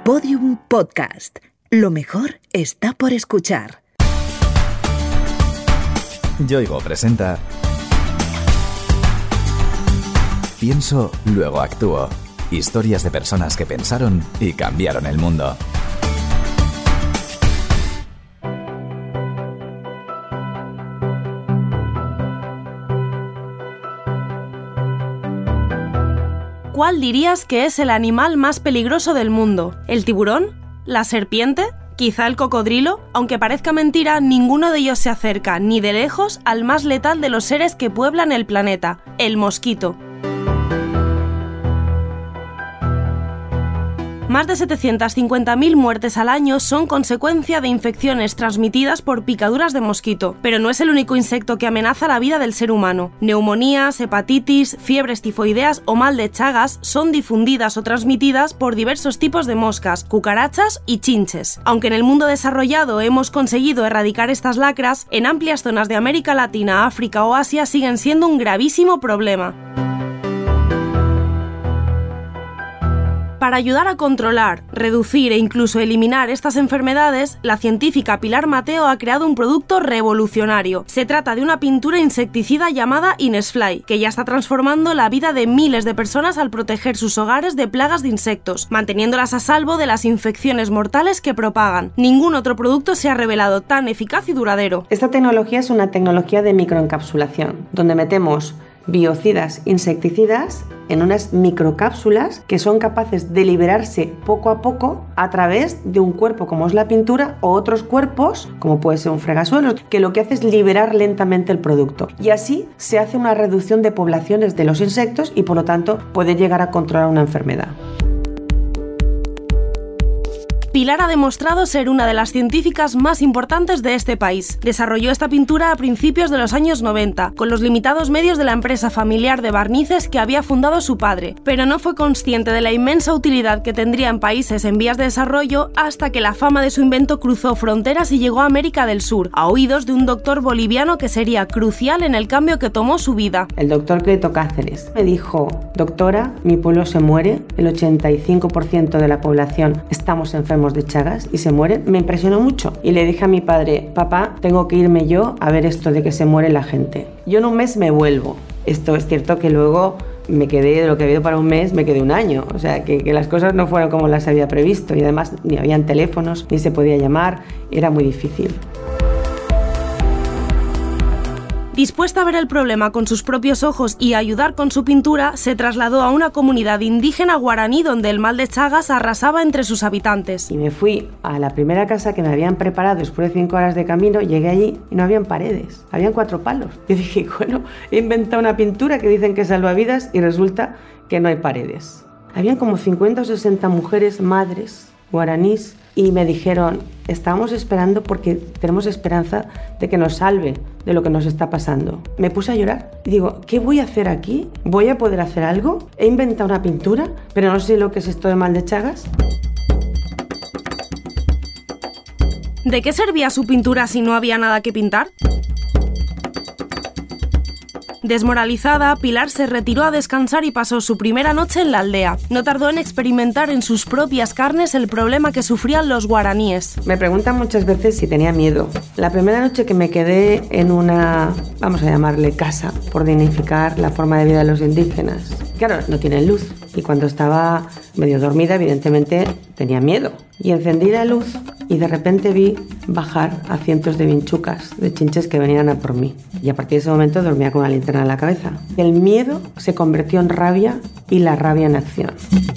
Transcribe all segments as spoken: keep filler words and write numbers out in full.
Podium Podcast. Lo mejor está por escuchar. Yoigo presenta Pienso, luego actúo. Historias de personas que pensaron y cambiaron el mundo. ¿Cuál dirías que es el animal más peligroso del mundo? ¿El tiburón? ¿La serpiente? ¿Quizá el cocodrilo? Aunque parezca mentira, ninguno de ellos se acerca, ni de lejos, al más letal de los seres que pueblan el planeta, el mosquito. Más de setecientas cincuenta mil muertes al año son consecuencia de infecciones transmitidas por picaduras de mosquito, pero no es el único insecto que amenaza la vida del ser humano. Neumonías, hepatitis, fiebres tifoideas o mal de Chagas son difundidas o transmitidas por diversos tipos de moscas, cucarachas y chinches. Aunque en el mundo desarrollado hemos conseguido erradicar estas lacras, en amplias zonas de América Latina, África o Asia siguen siendo un gravísimo problema. Para ayudar a controlar, reducir e incluso eliminar estas enfermedades, la científica Pilar Mateo ha creado un producto revolucionario. Se trata de una pintura insecticida llamada Innesfly, que ya está transformando la vida de miles de personas al proteger sus hogares de plagas de insectos, manteniéndolas a salvo de las infecciones mortales que propagan. Ningún otro producto se ha revelado tan eficaz y duradero. Esta tecnología es una tecnología de microencapsulación, donde metemos biocidas insecticidas en unas microcápsulas que son capaces de liberarse poco a poco a través de un cuerpo como es la pintura o otros cuerpos, como puede ser un fregasuelos, que lo que hace es liberar lentamente el producto. Y así se hace una reducción de poblaciones de los insectos y por lo tanto puede llegar a controlar una enfermedad. Pilar ha demostrado ser una de las científicas más importantes de este país. Desarrolló esta pintura a principios de los años noventa, con los limitados medios de la empresa familiar de barnices que había fundado su padre, pero no fue consciente de la inmensa utilidad que tendría en países en vías de desarrollo hasta que la fama de su invento cruzó fronteras y llegó a América del Sur, a oídos de un doctor boliviano que sería crucial en el cambio que tomó su vida. El doctor Cleto Cáceres me dijo: doctora, mi pueblo se muere, el ochenta y cinco por ciento de la población estamos enfermos de Chagas y se mueren. Me impresionó mucho y le dije a mi padre: papá, tengo que irme yo a ver esto de que se muere la gente. Yo en un mes me vuelvo. Esto es cierto que luego me quedé, de lo que había ido para un mes, me quedé un año. O sea, que, que las cosas no fueron como las había previsto y además ni habían teléfonos, ni se podía llamar, era muy difícil. Dispuesta a ver el problema con sus propios ojos y a ayudar con su pintura, se trasladó a una comunidad indígena guaraní donde el mal de Chagas arrasaba entre sus habitantes. Y me fui a la primera casa que me habían preparado después de cinco horas de camino, llegué allí y no habían paredes, habían cuatro palos. Yo dije, bueno, he inventado una pintura que dicen que salva vidas y resulta que no hay paredes. Habían como cincuenta o sesenta mujeres, madres, guaraníes, y me dijeron: estamos esperando porque tenemos esperanza de que nos salve de lo que nos está pasando. Me puse a llorar y digo, ¿qué voy a hacer aquí? ¿Voy a poder hacer algo? He inventado una pintura, pero no sé lo que es esto de mal de Chagas. ¿De qué servía su pintura si no había nada que pintar? Desmoralizada, Pilar se retiró a descansar y pasó su primera noche en la aldea. No tardó en experimentar en sus propias carnes el problema que sufrían los guaraníes. Me preguntan muchas veces si tenía miedo. La primera noche que me quedé en una, vamos a llamarle casa, por dignificar la forma de vida de los indígenas. Claro, no tienen luz y cuando estaba medio dormida, evidentemente tenía miedo. Y encendí la luz y de repente vi bajar a cientos de vinchucas, de chinches que venían a por mí. Y a partir de ese momento dormía con una linterna en la cabeza. El miedo se convirtió en rabia y la rabia en acción.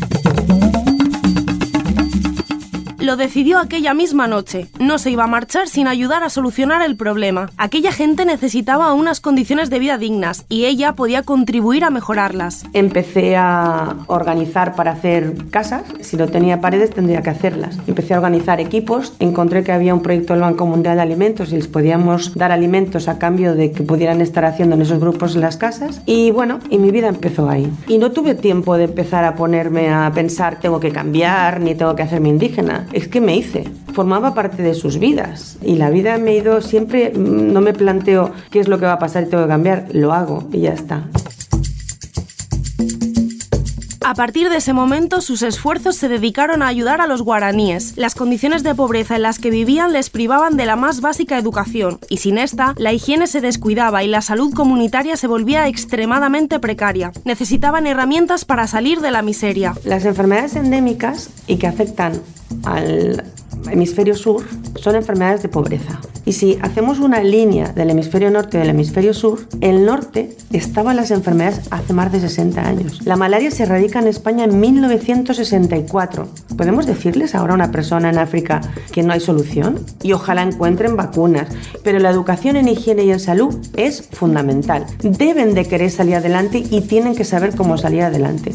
Lo decidió aquella misma noche. No se iba a marchar sin ayudar a solucionar el problema. Aquella gente necesitaba unas condiciones de vida dignas y ella podía contribuir a mejorarlas. Empecé a organizar para hacer casas. Si no tenía paredes tendría que hacerlas. Empecé a organizar equipos. Encontré que había un proyecto del Banco Mundial de Alimentos y les podíamos dar alimentos a cambio de que pudieran estar haciendo en esos grupos en las casas. Y bueno, y mi vida empezó ahí. Y no tuve tiempo de empezar a ponerme a pensar tengo que cambiar ni tengo que hacerme indígena. Es que me hice, formaba parte de sus vidas y la vida me ha ido siempre, no me planteo qué es lo que va a pasar y tengo que cambiar, lo hago y ya está. A partir de ese momento, sus esfuerzos se dedicaron a ayudar a los guaraníes. Las condiciones de pobreza en las que vivían les privaban de la más básica educación, y sin esta, la higiene se descuidaba y la salud comunitaria se volvía extremadamente precaria. Necesitaban herramientas para salir de la miseria. Las enfermedades endémicas y que afectan al hemisferio sur son enfermedades de pobreza. Y si hacemos una línea del hemisferio norte y del hemisferio sur, el norte estaban las enfermedades hace más de sesenta años. La malaria se erradica en España en mil novecientos sesenta y cuatro. ¿Podemos decirles ahora a una persona en África que no hay solución? Y ojalá encuentren vacunas. Pero la educación en higiene y en salud es fundamental. Deben de querer salir adelante y tienen que saber cómo salir adelante.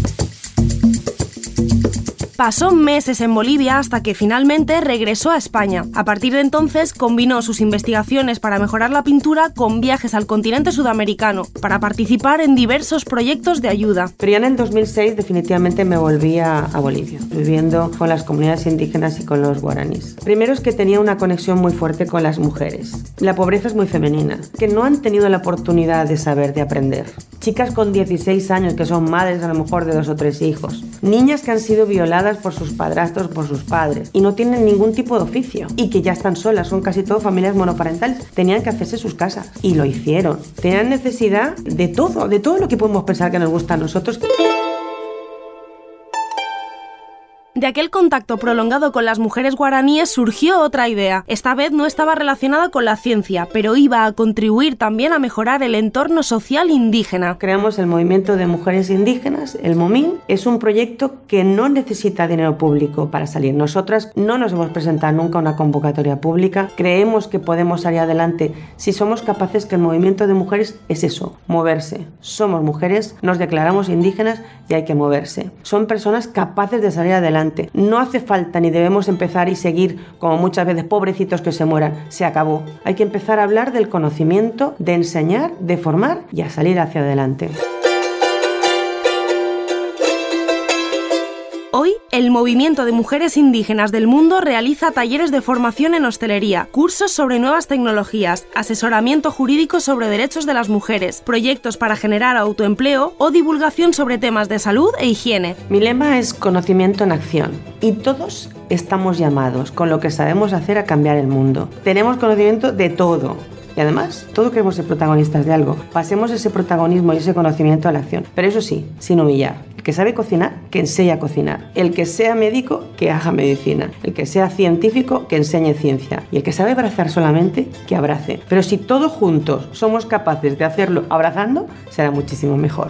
Pasó meses en Bolivia hasta que finalmente regresó a España. A partir de entonces combinó sus investigaciones para mejorar la pintura con viajes al continente sudamericano para participar en diversos proyectos de ayuda. Pero ya en el dos mil seis definitivamente me volví a, a Bolivia, viviendo con las comunidades indígenas y con los guaraníes. Primero es que tenía una conexión muy fuerte con las mujeres. La pobreza es muy femenina, que no han tenido la oportunidad de saber, de aprender. Chicas con dieciséis años que son madres a lo mejor de dos o tres hijos. Niñas que han sido violadas por sus padrastros, por sus padres y no tienen ningún tipo de oficio y que ya están solas, son casi todo familias monoparentales. Tenían que hacerse sus casas y lo hicieron. Tenían necesidad de todo, de todo lo que podemos pensar que nos gusta a nosotros. De aquel contacto prolongado con las mujeres guaraníes surgió otra idea. Esta vez no estaba relacionada con la ciencia, pero iba a contribuir también a mejorar el entorno social indígena. Creamos el Movimiento de Mujeres Indígenas, el MOMIN. Es un proyecto que no necesita dinero público para salir. Nosotras no nos hemos presentado nunca a una convocatoria pública. Creemos que podemos salir adelante si somos capaces, que el movimiento de mujeres es eso, moverse. Somos mujeres, nos declaramos indígenas y hay que moverse. Son personas capaces de salir adelante. No hace falta ni debemos empezar y seguir como muchas veces pobrecitos que se mueran. Se acabó. Hay que empezar a hablar del conocimiento, de enseñar, de formar y a salir hacia adelante. Hoy, el Movimiento de Mujeres Indígenas del Mundo realiza talleres de formación en hostelería, cursos sobre nuevas tecnologías, asesoramiento jurídico sobre derechos de las mujeres, proyectos para generar autoempleo o divulgación sobre temas de salud e higiene. Mi lema es conocimiento en acción y todos estamos llamados, con lo que sabemos hacer, a cambiar el mundo. Tenemos conocimiento de todo. Y además, todos queremos ser protagonistas de algo. Pasemos ese protagonismo y ese conocimiento a la acción. Pero eso sí, sin humillar. El que sabe cocinar, que enseñe a cocinar. El que sea médico, que haga medicina. El que sea científico, que enseñe ciencia. Y el que sabe abrazar solamente, que abrace. Pero si todos juntos somos capaces de hacerlo abrazando, será muchísimo mejor.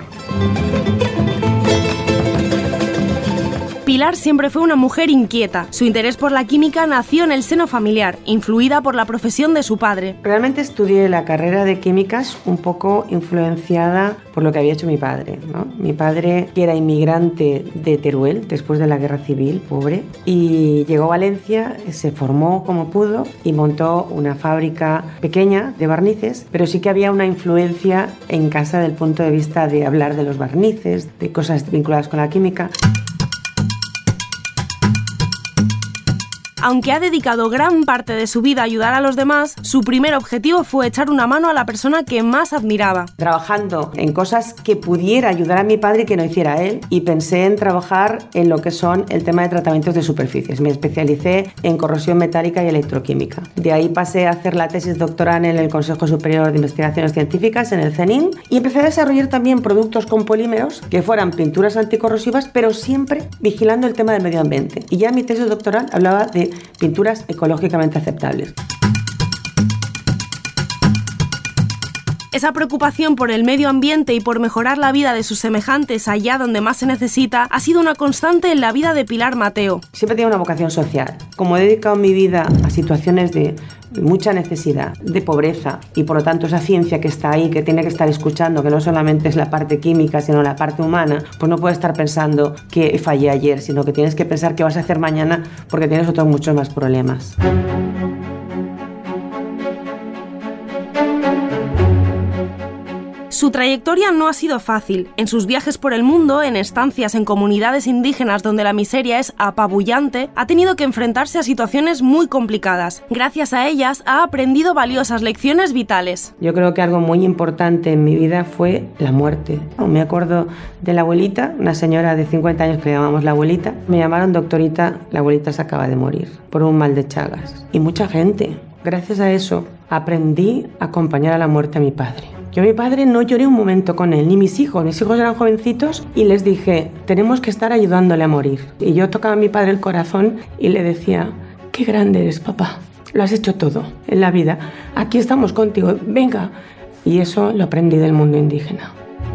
Pilar siempre fue una mujer inquieta. Su interés por la química nació en el seno familiar, influida por la profesión de su padre. Realmente estudié la carrera de químicas un poco influenciada por lo que había hecho mi padre, ¿no? Mi padre, que era inmigrante de Teruel después de la guerra civil, pobre, y llegó a Valencia, se formó como pudo y montó una fábrica pequeña de barnices, pero sí que había una influencia en casa del punto de vista de hablar de los barnices, de cosas vinculadas con la química. Aunque ha dedicado gran parte de su vida a ayudar a los demás, su primer objetivo fue echar una mano a la persona que más admiraba. Trabajando en cosas que pudiera ayudar a mi padre y que no hiciera él, y pensé en trabajar en lo que son el tema de tratamientos de superficies. Me especialicé en corrosión metálica y electroquímica. De ahí pasé a hacer la tesis doctoral en el Consejo Superior de Investigaciones Científicas, en el CENIN, y empecé a desarrollar también productos con polímeros que fueran pinturas anticorrosivas, pero siempre vigilando el tema del medio ambiente. Y ya mi tesis doctoral hablaba de pinturas ecológicamente aceptables. Esa preocupación por el medio ambiente y por mejorar la vida de sus semejantes allá donde más se necesita ha sido una constante en la vida de Pilar Mateo. Siempre tengo una vocación social. Como he dedicado mi vida a situaciones de mucha necesidad, de pobreza, y por lo tanto esa ciencia que está ahí, que tiene que estar escuchando, que no solamente es la parte química, sino la parte humana, pues no puedes estar pensando que fallé ayer, sino que tienes que pensar qué vas a hacer mañana porque tienes otros muchos más problemas. Su trayectoria no ha sido fácil. En sus viajes por el mundo, en estancias en comunidades indígenas donde la miseria es apabullante, ha tenido que enfrentarse a situaciones muy complicadas. Gracias a ellas ha aprendido valiosas lecciones vitales. Yo creo que algo muy importante en mi vida fue la muerte. Me acuerdo de la abuelita, una señora de cincuenta años que le llamamos la abuelita. Me llamaron doctorita, la abuelita se acaba de morir por un mal de Chagas. Y mucha gente. Gracias a eso aprendí a acompañar a la muerte a mi padre. Yo a mi padre no lloré un momento con él, ni mis hijos. Mis hijos eran jovencitos y les dije, tenemos que estar ayudándole a morir. Y yo tocaba a mi padre el corazón y le decía, qué grande eres, papá. Lo has hecho todo en la vida. Aquí estamos contigo, venga. Y eso lo aprendí del mundo indígena.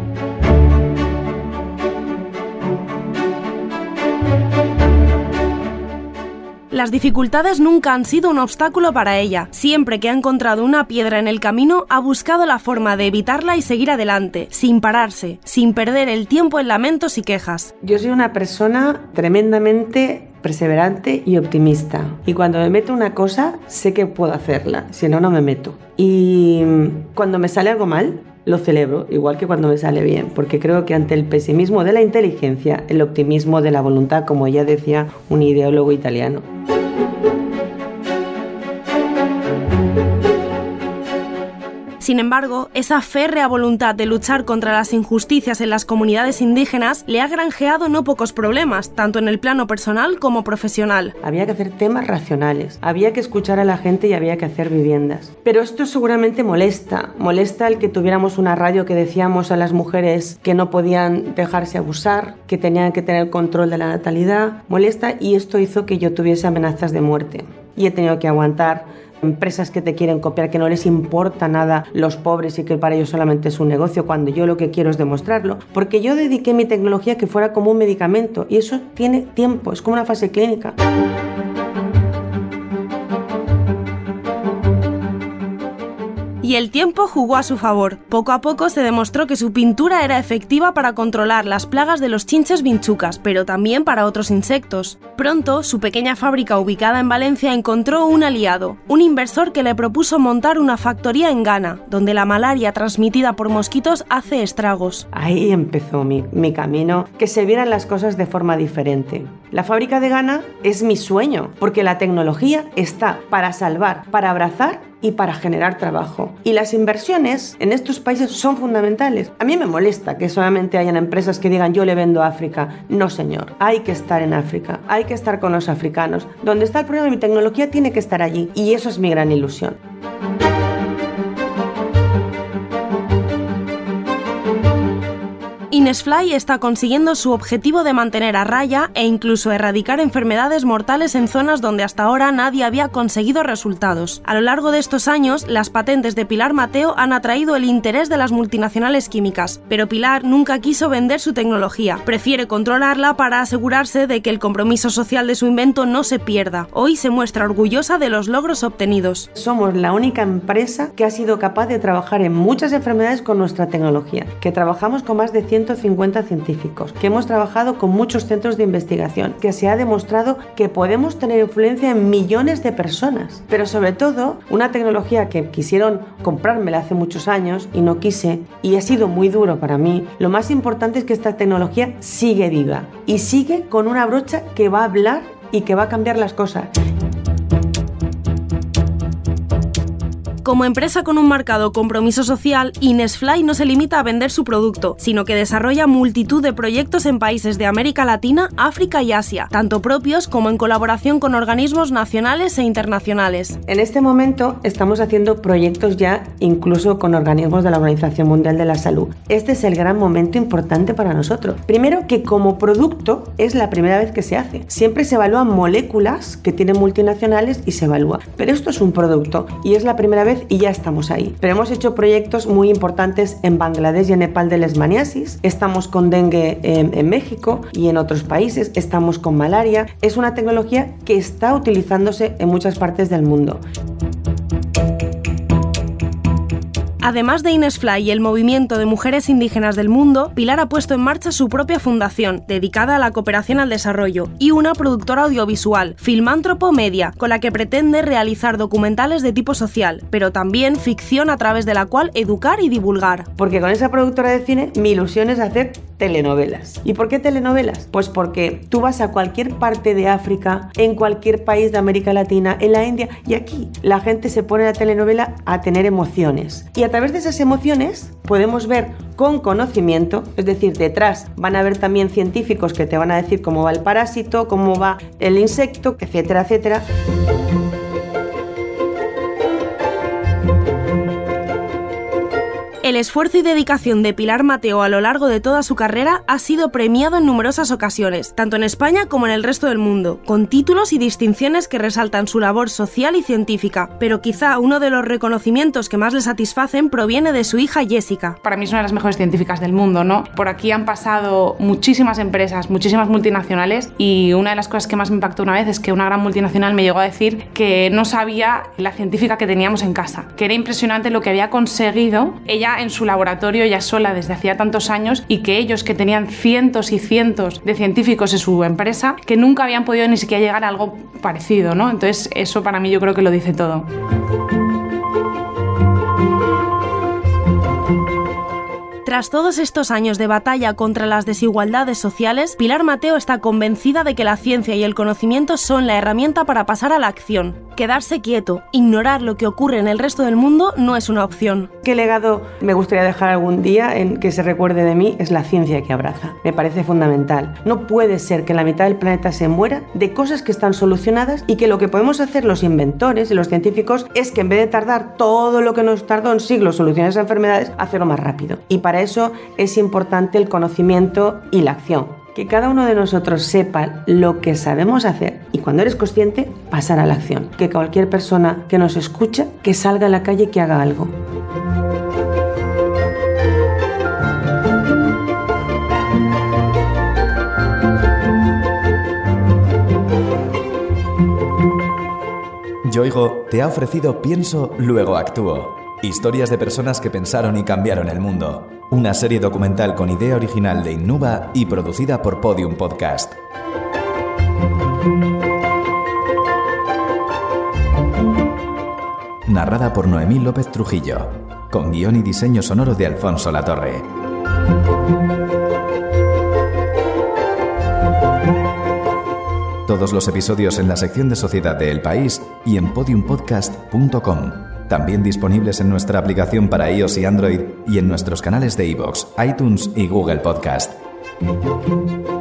Las dificultades nunca han sido un obstáculo para ella. Siempre que ha encontrado una piedra en el camino, ha buscado la forma de evitarla y seguir adelante, sin pararse, sin perder el tiempo en lamentos y quejas. Yo soy una persona tremendamente perseverante y optimista. Y cuando me meto una cosa, sé que puedo hacerla, si no, no me meto. Y cuando me sale algo mal, lo celebro, igual que cuando me sale bien, porque creo que ante el pesimismo de la inteligencia, el optimismo de la voluntad, como ya decía un ideólogo italiano. Sin embargo, esa férrea voluntad de luchar contra las injusticias en las comunidades indígenas le ha granjeado no pocos problemas, tanto en el plano personal como profesional. Había que hacer temas racionales, había que escuchar a la gente y había que hacer viviendas. Pero esto seguramente molesta, molesta el que tuviéramos una radio que decíamos a las mujeres que no podían dejarse abusar, que tenían que tener control de la natalidad, molesta, y esto hizo que yo tuviese amenazas de muerte. Y he tenido que aguantar empresas que te quieren copiar, que no les importa nada los pobres y que para ellos solamente es un negocio, cuando yo lo que quiero es demostrarlo, porque yo dediqué mi tecnología a que fuera como un medicamento y eso tiene tiempo, es como una fase clínica. Y el tiempo jugó a su favor. Poco a poco se demostró que su pintura era efectiva para controlar las plagas de los chinches vinchucas, pero también para otros insectos. Pronto, su pequeña fábrica ubicada en Valencia encontró un aliado, un inversor que le propuso montar una factoría en Ghana, donde la malaria transmitida por mosquitos hace estragos. Ahí empezó mi, mi camino, que se vieran las cosas de forma diferente. La fábrica de Ghana es mi sueño, porque la tecnología está para salvar, para abrazar y para generar trabajo. Y las inversiones en estos países son fundamentales. A mí me molesta que solamente hayan empresas que digan yo le vendo a África. No, señor. Hay que estar en África. Hay que estar con los africanos. Donde está el problema de mi tecnología tiene que estar allí. Y eso es mi gran ilusión. Inesfly está consiguiendo su objetivo de mantener a raya e incluso erradicar enfermedades mortales en zonas donde hasta ahora nadie había conseguido resultados. A lo largo de estos años, las patentes de Pilar Mateo han atraído el interés de las multinacionales químicas, pero Pilar nunca quiso vender su tecnología. Prefiere controlarla para asegurarse de que el compromiso social de su invento no se pierda. Hoy se muestra orgullosa de los logros obtenidos. Somos la única empresa que ha sido capaz de trabajar en muchas enfermedades con nuestra tecnología, que trabajamos con más de ciento cincuenta científicos, que hemos trabajado con muchos centros de investigación, que se ha demostrado que podemos tener influencia en millones de personas, pero sobre todo una tecnología que quisieron comprármela hace muchos años y no quise, y ha sido muy duro para mí. Lo más importante es que esta tecnología sigue viva y sigue con una brocha que va a hablar y que va a cambiar las cosas. Como empresa con un marcado compromiso social, Inesfly no se limita a vender su producto, sino que desarrolla multitud de proyectos en países de América Latina, África y Asia, tanto propios como en colaboración con organismos nacionales e internacionales. En este momento estamos haciendo proyectos ya incluso con organismos de la Organización Mundial de la Salud. Este es el gran momento importante para nosotros. Primero, que como producto es la primera vez que se hace. Siempre se evalúan moléculas que tienen multinacionales y se evalúa, pero esto es un producto y es la primera vez y ya estamos ahí. Pero hemos hecho proyectos muy importantes en Bangladesh y en Nepal de leishmaniasis, estamos con dengue en, en México y en otros países, estamos con malaria. Es una tecnología que está utilizándose en muchas partes del mundo. Además de Inés Fly y el movimiento de mujeres indígenas del mundo, Pilar ha puesto en marcha su propia fundación, dedicada a la cooperación al desarrollo, y una productora audiovisual, Filmántropo Media, con la que pretende realizar documentales de tipo social, pero también ficción a través de la cual educar y divulgar. Porque con esa productora de cine mi ilusión es hacer telenovelas. ¿Y por qué telenovelas? Pues porque tú vas a cualquier parte de África, en cualquier país de América Latina, en la India, y aquí la gente se pone la telenovela a tener emociones. Y a través de esas emociones podemos ver con conocimiento, es decir, detrás van a haber también científicos que te van a decir cómo va el parásito, cómo va el insecto, etcétera, etcétera. El esfuerzo y dedicación de Pilar Mateo a lo largo de toda su carrera ha sido premiado en numerosas ocasiones, tanto en España como en el resto del mundo, con títulos y distinciones que resaltan su labor social y científica, pero quizá uno de los reconocimientos que más le satisfacen proviene de su hija Jessica. Para mí es una de las mejores científicas del mundo, ¿no? Por aquí han pasado muchísimas empresas, muchísimas multinacionales, y una de las cosas que más me impactó una vez es que una gran multinacional me llegó a decir que no sabía la científica que teníamos en casa, que era impresionante lo que había conseguido ella en su laboratorio ya sola desde hacía tantos años, y que ellos, que tenían cientos y cientos de científicos en su empresa, que nunca habían podido ni siquiera llegar a algo parecido, ¿no? Entonces eso para mí yo creo que lo dice todo. Tras todos estos años de batalla contra las desigualdades sociales, Pilar Mateo está convencida de que la ciencia y el conocimiento son la herramienta para pasar a la acción. Quedarse quieto, ignorar lo que ocurre en el resto del mundo no es una opción. ¿Qué legado me gustaría dejar algún día en que se recuerde de mí? Es la ciencia que abraza. Me parece fundamental. No puede ser que la mitad del planeta se muera de cosas que están solucionadas, y que lo que podemos hacer los inventores y los científicos es que en vez de tardar todo lo que nos tardó en siglos solucionar esas enfermedades, hacerlo más rápido. Y para eso es importante el conocimiento y la acción. Que cada uno de nosotros sepa lo que sabemos hacer, y cuando eres consciente, pasar a la acción. Que cualquier persona que nos escucha, que salga a la calle y que haga algo. Yoigo te ha ofrecido Pienso, luego actúo. Historias de personas que pensaron y cambiaron el mundo. Una serie documental con idea original de Innuba y producida por Podium Podcast. Narrada por Noemí López Trujillo, con guión y diseño sonoro de Alfonso Latorre. Todos los episodios en la sección de Sociedad de El País y en podium podcast punto com. También disponibles en nuestra aplicación para iOS y Android, y en nuestros canales de iVoox, iTunes y Google Podcast.